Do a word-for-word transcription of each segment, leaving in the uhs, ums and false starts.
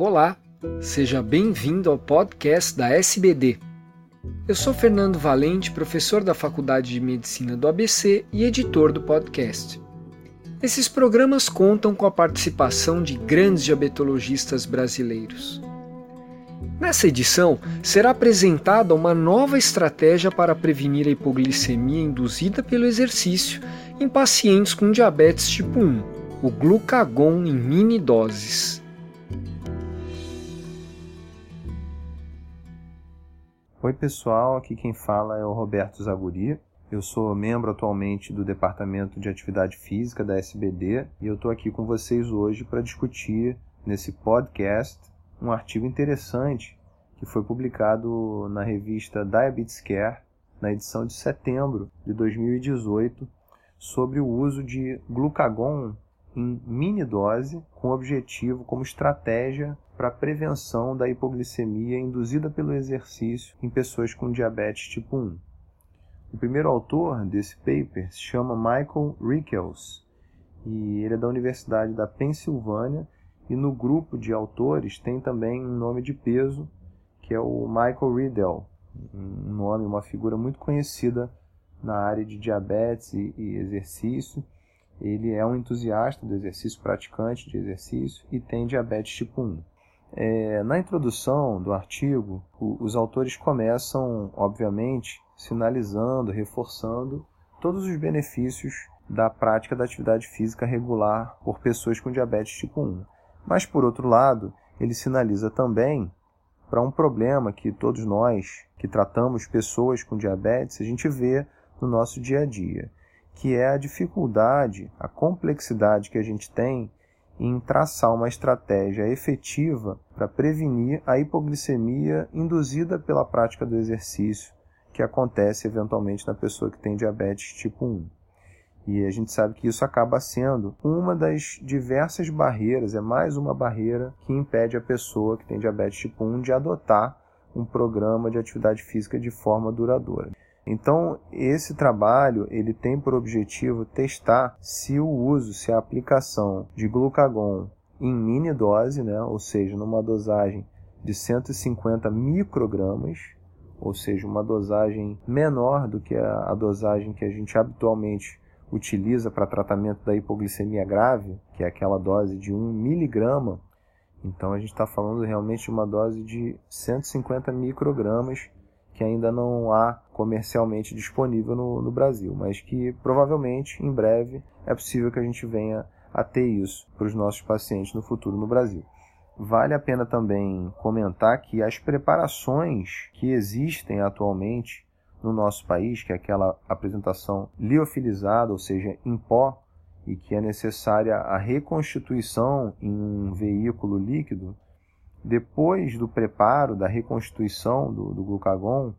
Olá, seja bem-vindo ao podcast da S B D. Eu sou Fernando Valente, professor da Faculdade de Medicina do A B C e editor do podcast. Esses programas contam com a participação de grandes diabetologistas brasileiros. Nessa edição, será apresentada uma nova estratégia para prevenir a hipoglicemia induzida pelo exercício em pacientes com diabetes tipo um, o glucagon em mini doses. Oi pessoal, aqui quem fala é o Roberto Zaguri. Eu sou membro atualmente do Departamento de Atividade Física da S B D e eu estou aqui com vocês hoje para discutir nesse podcast um artigo interessante que foi publicado na revista Diabetes Care na edição de setembro de dois mil e dezoito sobre o uso de glucagon em mini dose com objetivo como estratégia para a prevenção da hipoglicemia induzida pelo exercício em pessoas com diabetes tipo um. O primeiro autor desse paper se chama Michael Rickels e ele é da Universidade da Pensilvânia e no grupo de autores tem também um nome de peso que é o Michael Riedel, um nome, uma figura muito conhecida na área de diabetes e, e exercício. Ele é um entusiasta do exercício, praticante de exercício e tem diabetes tipo um. É, na introdução do artigo, o, os autores começam, obviamente, sinalizando, reforçando todos os benefícios da prática da atividade física regular por pessoas com diabetes tipo um. Mas, por outro lado, ele sinaliza também para um problema que todos nós que tratamos pessoas com diabetes, a gente vê no nosso dia a dia, que é a dificuldade, a complexidade que a gente tem em traçar uma estratégia efetiva para prevenir a hipoglicemia induzida pela prática do exercício, que acontece eventualmente na pessoa que tem diabetes tipo um. E a gente sabe que isso acaba sendo uma das diversas barreiras, é mais uma barreira que impede a pessoa que tem diabetes tipo um de adotar um programa de atividade física de forma duradoura. Então, esse trabalho ele tem por objetivo testar se o uso, se a aplicação de glucagon em mini dose, né, ou seja, numa dosagem de cento e cinquenta microgramas, ou seja, uma dosagem menor do que a, a dosagem que a gente habitualmente utiliza para tratamento da hipoglicemia grave, que é aquela dose de um miligrama. Então, a gente está falando realmente de uma dose de cento e cinquenta microgramas, que ainda não há comercialmente disponível no, no Brasil, mas que provavelmente em breve é possível que a gente venha a ter isso para os nossos pacientes no futuro no Brasil. Vale a pena também comentar que as preparações que existem atualmente no nosso país, que é aquela apresentação liofilizada, ou seja, em pó, e que é necessária a reconstituição em um veículo líquido, depois do preparo, da reconstituição do, do glucagon,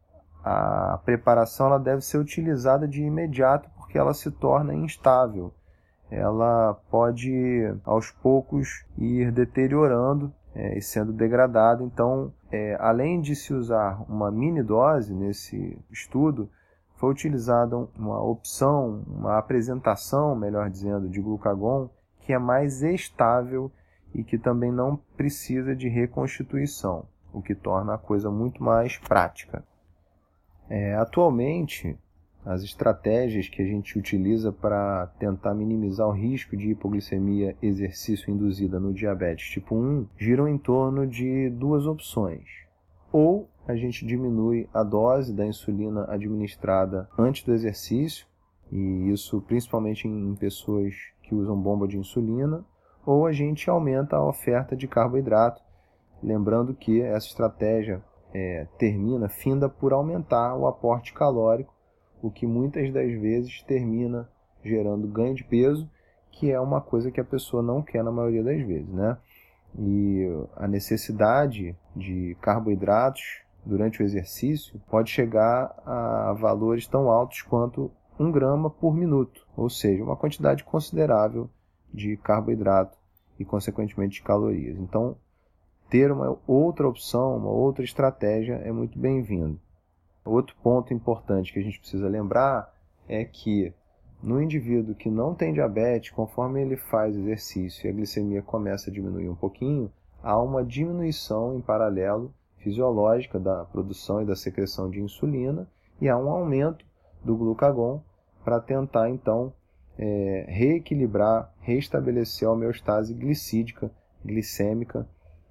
a preparação ela deve ser utilizada de imediato porque ela se torna instável. Ela pode, aos poucos, ir deteriorando é, e sendo degradada. Então, é, além de se usar uma mini dose nesse estudo, foi utilizada uma opção, uma apresentação, melhor dizendo, de glucagon que é mais estável e que também não precisa de reconstituição, o que torna a coisa muito mais prática. É, atualmente, as estratégias que a gente utiliza para tentar minimizar o risco de hipoglicemia exercício induzida no diabetes tipo um giram em torno de duas opções. Ou a gente diminui a dose da insulina administrada antes do exercício, e isso principalmente em pessoas que usam bomba de insulina, ou a gente aumenta a oferta de carboidrato, lembrando que essa estratégia é, termina, finda por aumentar o aporte calórico, o que muitas das vezes termina gerando ganho de peso, que é uma coisa que a pessoa não quer na maioria das vezes, né? E a necessidade de carboidratos durante o exercício pode chegar a valores tão altos quanto um grama por minuto, ou seja, uma quantidade considerável de carboidrato e, consequentemente, de calorias. Então, ter uma outra opção, uma outra estratégia é muito bem-vindo. Outro ponto importante que a gente precisa lembrar é que no indivíduo que não tem diabetes, conforme ele faz exercício e a glicemia começa a diminuir um pouquinho, há uma diminuição em paralelo fisiológica da produção e da secreção de insulina e há um aumento do glucagon para tentar, então, é, reequilibrar, restabelecer a homeostase glicídica, glicêmica,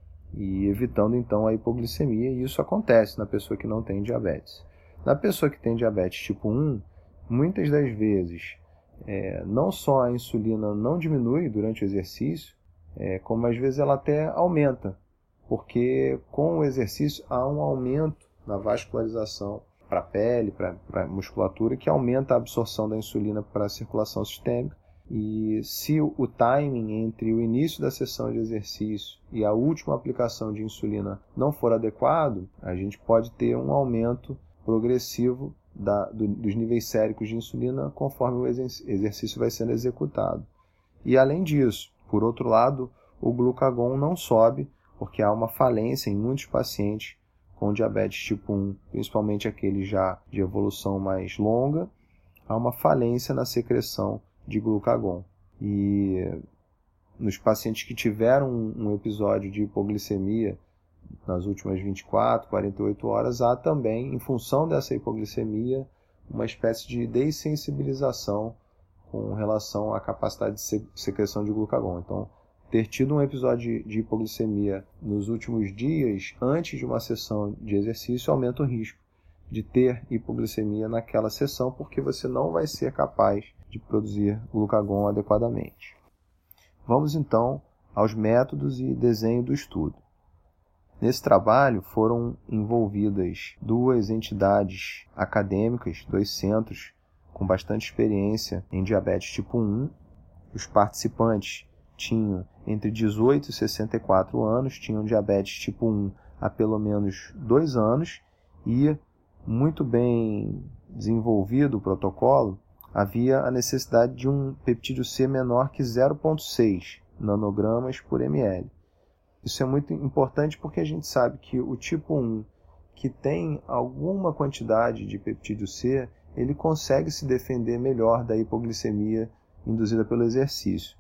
e evitando, então, a hipoglicemia. E isso acontece na pessoa que não tem diabetes. Na pessoa que tem diabetes tipo um, muitas das vezes, é, não só a insulina não diminui durante o exercício, é, como às vezes ela até aumenta, porque com o exercício há um aumento na vascularização para a pele, para a musculatura, que aumenta a absorção da insulina para a circulação sistêmica. E se o timing entre o início da sessão de exercício e a última aplicação de insulina não for adequado, a gente pode ter um aumento progressivo da, do, dos níveis séricos de insulina conforme o exercício vai sendo executado. E além disso, por outro lado, o glucagon não sobe, porque há uma falência em muitos pacientes com diabetes tipo um, principalmente aqueles já de evolução mais longa, há uma falência na secreção de glucagon. E nos pacientes que tiveram um episódio de hipoglicemia nas últimas vinte e quatro, quarenta e oito horas, há também, em função dessa hipoglicemia, uma espécie de dessensibilização com relação à capacidade de secreção de glucagon. Então, ter tido um episódio de hipoglicemia nos últimos dias, antes de uma sessão de exercício, aumenta o risco de ter hipoglicemia naquela sessão, porque você não vai ser capaz de produzir glucagon adequadamente. Vamos então aos métodos e desenho do estudo. Nesse trabalho foram envolvidas duas entidades acadêmicas, dois centros com bastante experiência em diabetes tipo um. Os participantes tinham entre dezoito e sessenta e quatro anos, tinham diabetes tipo um há pelo menos dois anos e, muito bem desenvolvido o protocolo, havia a necessidade de um peptídeo C menor que zero vírgula seis nanogramas por ml. Isso é muito importante porque a gente sabe que o tipo um, que tem alguma quantidade de peptídeo C, ele consegue se defender melhor da hipoglicemia induzida pelo exercício.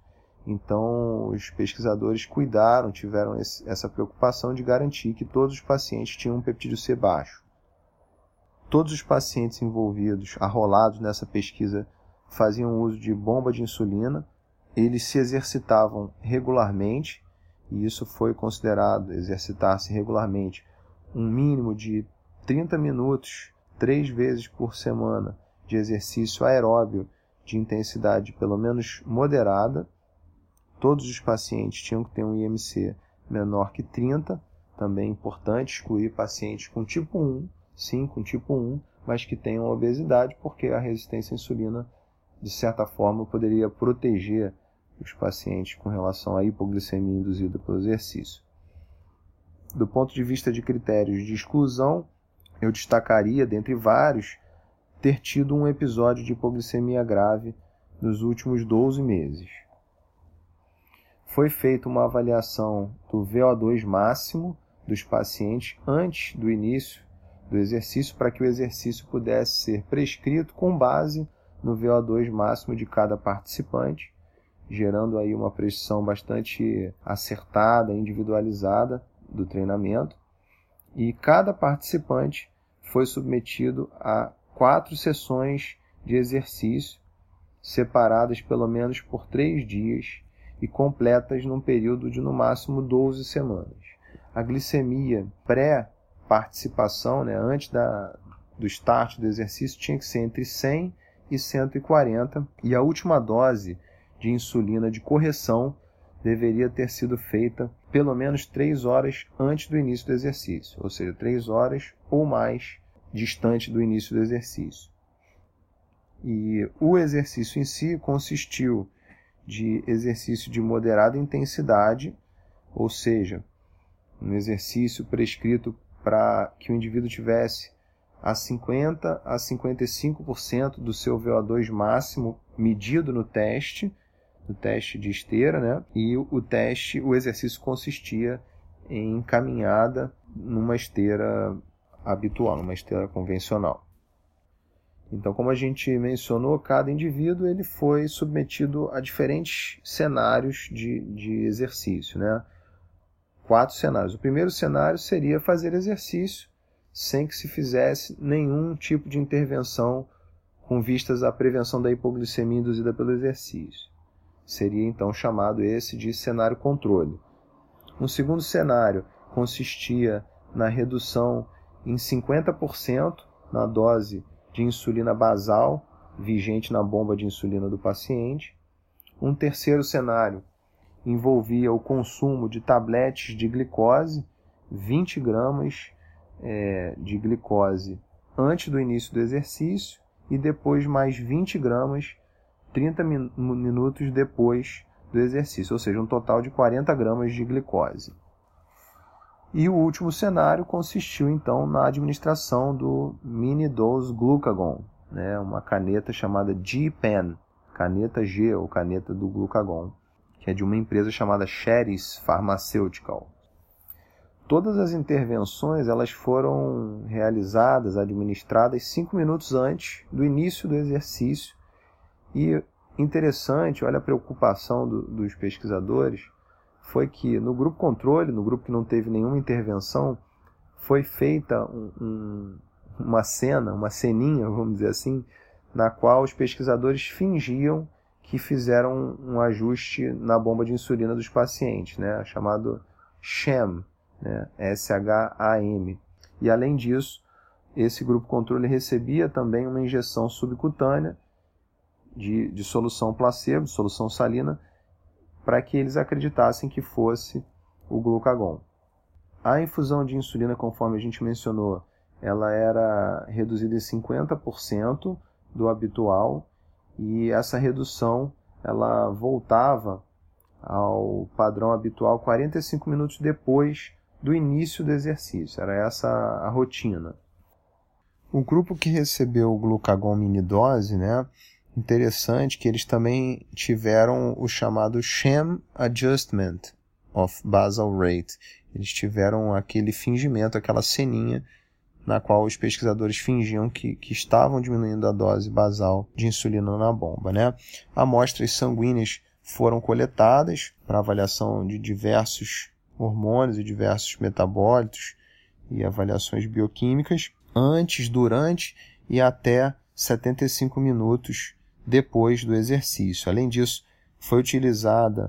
Então, os pesquisadores cuidaram, tiveram esse, essa preocupação de garantir que todos os pacientes tinham um peptídeo C baixo. Todos os pacientes envolvidos, arrolados nessa pesquisa, faziam uso de bomba de insulina, eles se exercitavam regularmente, e isso foi considerado, exercitar-se regularmente, um mínimo de trinta minutos, três vezes por semana, de exercício aeróbio de intensidade pelo menos moderada. Todos os pacientes tinham que ter um I M C menor que trinta, também é importante excluir pacientes com tipo um, sim, com tipo um, mas que tenham obesidade, porque a resistência à insulina, de certa forma, poderia proteger os pacientes com relação à hipoglicemia induzida pelo exercício. Do ponto de vista de critérios de exclusão, eu destacaria, dentre vários, ter tido um episódio de hipoglicemia grave nos últimos doze meses. Foi feita uma avaliação do V O dois máximo dos pacientes antes do início do exercício, para que o exercício pudesse ser prescrito com base no V O dois máximo de cada participante, gerando aí uma prescrição bastante acertada, individualizada do treinamento. E cada participante foi submetido a quatro sessões de exercício, separadas pelo menos por três dias e completas num período de no máximo doze semanas. A glicemia pré-participação, né, antes da, do start do exercício, tinha que ser entre cem e cento e quarenta, e a última dose de insulina de correção deveria ter sido feita pelo menos três horas antes do início do exercício, ou seja, três horas ou mais distante do início do exercício. E o exercício em si consistiu de exercício de moderada intensidade, ou seja, um exercício prescrito para que o indivíduo tivesse a cinquenta a cinquenta e cinco por cento do seu V O dois máximo medido no teste, no teste de esteira, né? E o teste, o exercício consistia em caminhada numa esteira habitual, numa esteira convencional. Então, como a gente mencionou, cada indivíduo ele foi submetido a diferentes cenários de, de exercício, né? quatro cenários. O primeiro cenário seria fazer exercício sem que se fizesse nenhum tipo de intervenção com vistas à prevenção da hipoglicemia induzida pelo exercício. Seria então chamado esse de cenário controle. Um segundo cenário consistia na redução em cinquenta por cento na dose de insulina basal vigente na bomba de insulina do paciente. Um terceiro cenário envolvia o consumo de tabletes de glicose, vinte gramas é, de glicose antes do início do exercício e depois mais vinte gramas trinta minutos depois do exercício, ou seja, um total de quarenta gramas de glicose. E o último cenário consistiu então na administração do mini-dose glucagon, né, uma caneta chamada G-Pen, caneta G ou caneta do glucagon, que é de uma empresa chamada Xeris Pharmaceutical. Todas as intervenções elas foram realizadas, administradas cinco minutos antes do início do exercício. E interessante, olha a preocupação do, dos pesquisadores, foi que no grupo controle, no grupo que não teve nenhuma intervenção, foi feita um, um, uma cena, uma ceninha, vamos dizer assim, na qual os pesquisadores fingiam que fizeram um ajuste na bomba de insulina dos pacientes, né, chamado sham, né, S H A M. E além disso, esse grupo controle recebia também uma injeção subcutânea de, de solução placebo, de solução salina, para que eles acreditassem que fosse o glucagon. A infusão de insulina, conforme a gente mencionou, ela era reduzida em cinquenta por cento do habitual, e essa redução ela voltava ao padrão habitual quarenta e cinco minutos depois do início do exercício. Era essa a rotina. O grupo que recebeu o glucagon mini-dose, né, interessante que eles também tiveram o chamado sham adjustment of basal rate. Eles tiveram aquele fingimento, aquela ceninha na qual os pesquisadores fingiam que, que estavam diminuindo a dose basal de insulina na bomba, né? Amostras sanguíneas foram coletadas para avaliação de diversos hormônios e diversos metabólitos e avaliações bioquímicas antes, durante e até setenta e cinco minutos depois do exercício. Além disso, foi utilizada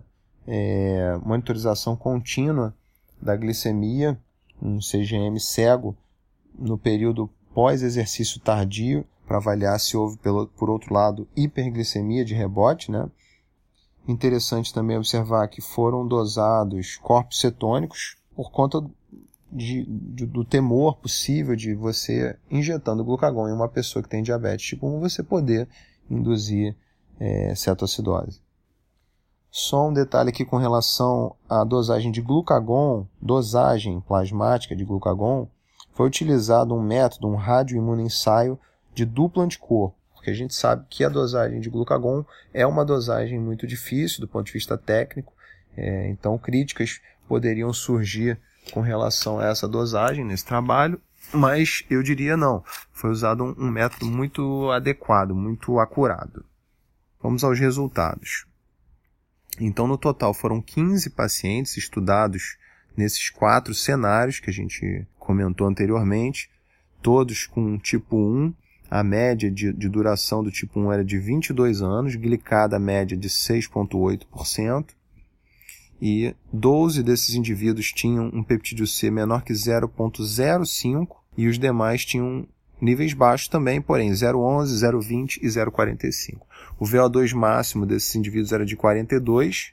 é, monitorização contínua da glicemia, um C G M cego, no período pós-exercício tardio, para avaliar se houve, pelo, por outro lado, hiperglicemia de rebote, né? Interessante também observar que foram dosados corpos cetônicos por conta de, de, do temor possível de você, injetando glucagon em uma pessoa que tem diabetes tipo um, você poder induzir é, cetoacidose. Só um detalhe aqui com relação à dosagem de glucagon, dosagem plasmática de glucagon, foi utilizado um método, um radioimunoensaio de duplo anticorpo, porque a gente sabe que a dosagem de glucagon é uma dosagem muito difícil do ponto de vista técnico, é, então críticas poderiam surgir com relação a essa dosagem nesse trabalho, mas eu diria não, foi usado um, um método muito adequado, muito acurado. Vamos aos resultados. Então, no total, foram quinze pacientes estudados nesses quatro cenários que a gente comentou anteriormente, todos com tipo um, a média de, de duração do tipo um era de vinte e dois anos, glicada média de seis vírgula oito por cento, e doze desses indivíduos tinham um peptídeo C menor que zero vírgula zero cinco, e os demais tinham níveis baixos também, porém zero vírgula onze, zero vírgula vinte e zero vírgula quarenta e cinco. O V O dois máximo desses indivíduos era de quarenta e dois,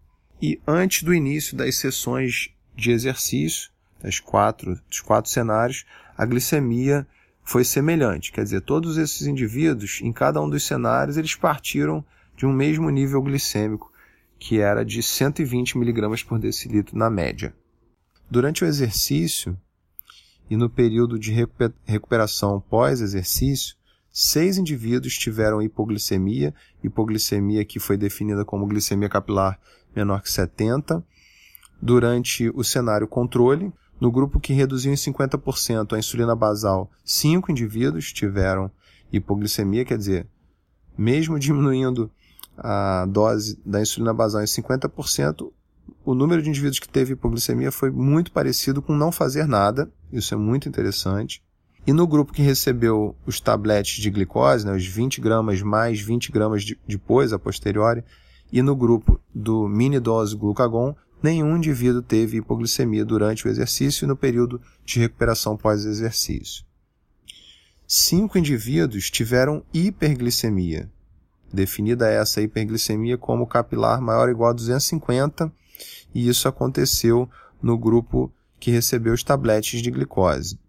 e antes do início das sessões de exercício, das quatro, dos quatro cenários, a glicemia foi semelhante. Quer dizer, todos esses indivíduos, em cada um dos cenários, eles partiram de um mesmo nível glicêmico, que era de cento e vinte miligramas por decilitro na média. Durante o exercício e no período de recuperação pós-exercício, seis indivíduos tiveram hipoglicemia, hipoglicemia que foi definida como glicemia capilar menor que setenta, durante o cenário controle. No grupo que reduziu em cinquenta por cento a insulina basal, cinco indivíduos tiveram hipoglicemia, quer dizer, mesmo diminuindo a dose da insulina basal em cinquenta por cento, o número de indivíduos que teve hipoglicemia foi muito parecido com não fazer nada, isso é muito interessante. E no grupo que recebeu os tabletes de glicose, né, os vinte gramas mais vinte gramas de, depois, a posteriori, e no grupo do mini-dose glucagon, nenhum indivíduo teve hipoglicemia durante o exercício e no período de recuperação pós-exercício. Cinco indivíduos tiveram hiperglicemia, definida essa hiperglicemia como capilar maior ou igual a duzentos e cinquenta, e isso aconteceu no grupo que recebeu os tabletes de glicose.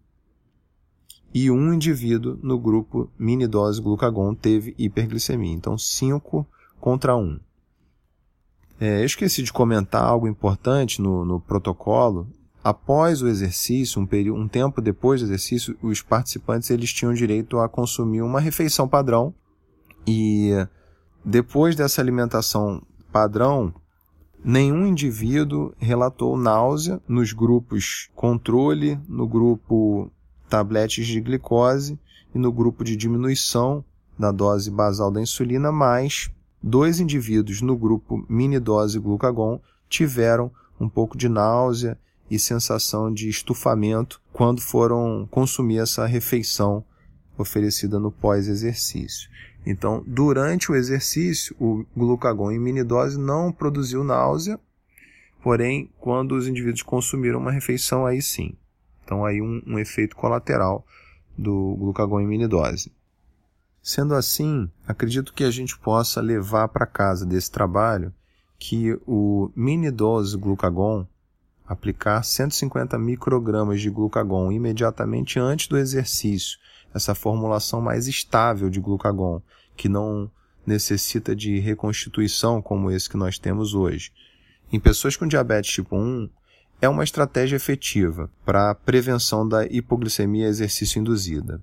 E um indivíduo no grupo mini-dose glucagon teve hiperglicemia. Então, cinco contra um. É, eu esqueci de comentar algo importante no, no protocolo. Após o exercício, um, período, um tempo depois do exercício, os participantes eles tinham direito a consumir uma refeição padrão. E depois dessa alimentação padrão, nenhum indivíduo relatou náusea nos grupos controle, no grupo tabletes de glicose e no grupo de diminuição da dose basal da insulina, mas dois indivíduos no grupo mini-dose glucagon tiveram um pouco de náusea e sensação de estufamento quando foram consumir essa refeição oferecida no pós-exercício. Então, durante o exercício, o glucagon em mini-dose não produziu náusea, porém, quando os indivíduos consumiram uma refeição, aí sim. Então, aí um, um efeito colateral do glucagon em mini-dose. Sendo assim, acredito que a gente possa levar para casa desse trabalho que o mini-dose glucagon, aplicar cento e cinquenta microgramas de glucagon imediatamente antes do exercício, essa formulação mais estável de glucagon, que não necessita de reconstituição como esse que nós temos hoje. Em pessoas com diabetes tipo um, é uma estratégia efetiva para a prevenção da hipoglicemia exercício induzida.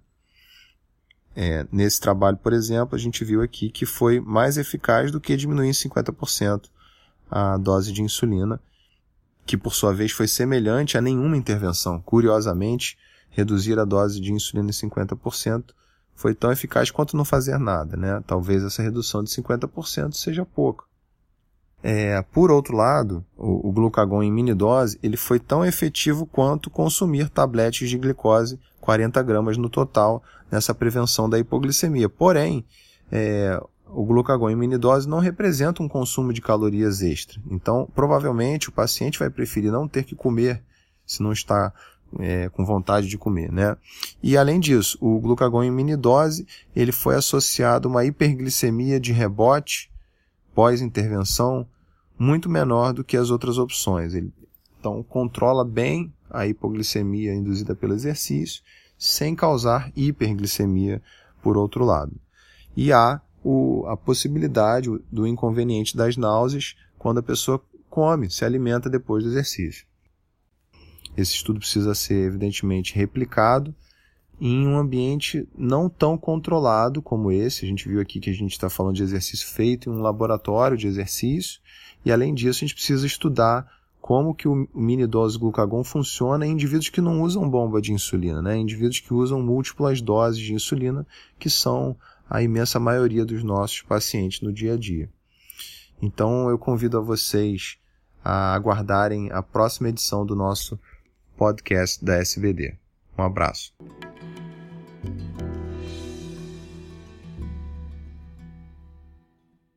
É, nesse trabalho, por exemplo, a gente viu aqui que foi mais eficaz do que diminuir em cinquenta por cento a dose de insulina, que por sua vez foi semelhante a nenhuma intervenção. Curiosamente, reduzir a dose de insulina em cinquenta por cento foi tão eficaz quanto não fazer nada, né? Talvez essa redução de cinquenta por cento seja pouca. É, por outro lado, o, o glucagon em mini-dose ele foi tão efetivo quanto consumir tabletes de glicose, quarenta gramas no total, nessa prevenção da hipoglicemia. Porém, é, o glucagon em mini-dose não representa um consumo de calorias extra. Então, provavelmente, o paciente vai preferir não ter que comer se não está é, com vontade de comer, né? E, além disso, o glucagon em mini-dose ele foi associado a uma hiperglicemia de rebote pós-intervenção muito menor do que as outras opções. Ele, então, controla bem a hipoglicemia induzida pelo exercício, sem causar hiperglicemia por outro lado. E há o, a possibilidade do inconveniente das náuseas quando a pessoa come, se alimenta depois do exercício. Esse estudo precisa ser, evidentemente, replicado em um ambiente não tão controlado como esse. A gente viu aqui que a gente está falando de exercício feito em um laboratório de exercício, e além disso a gente precisa estudar como que o mini-dose glucagon funciona em indivíduos que não usam bomba de insulina, né? Indivíduos que usam múltiplas doses de insulina, que são a imensa maioria dos nossos pacientes no dia a dia. Então eu convido a vocês a aguardarem a próxima edição do nosso podcast da S B D. Um abraço.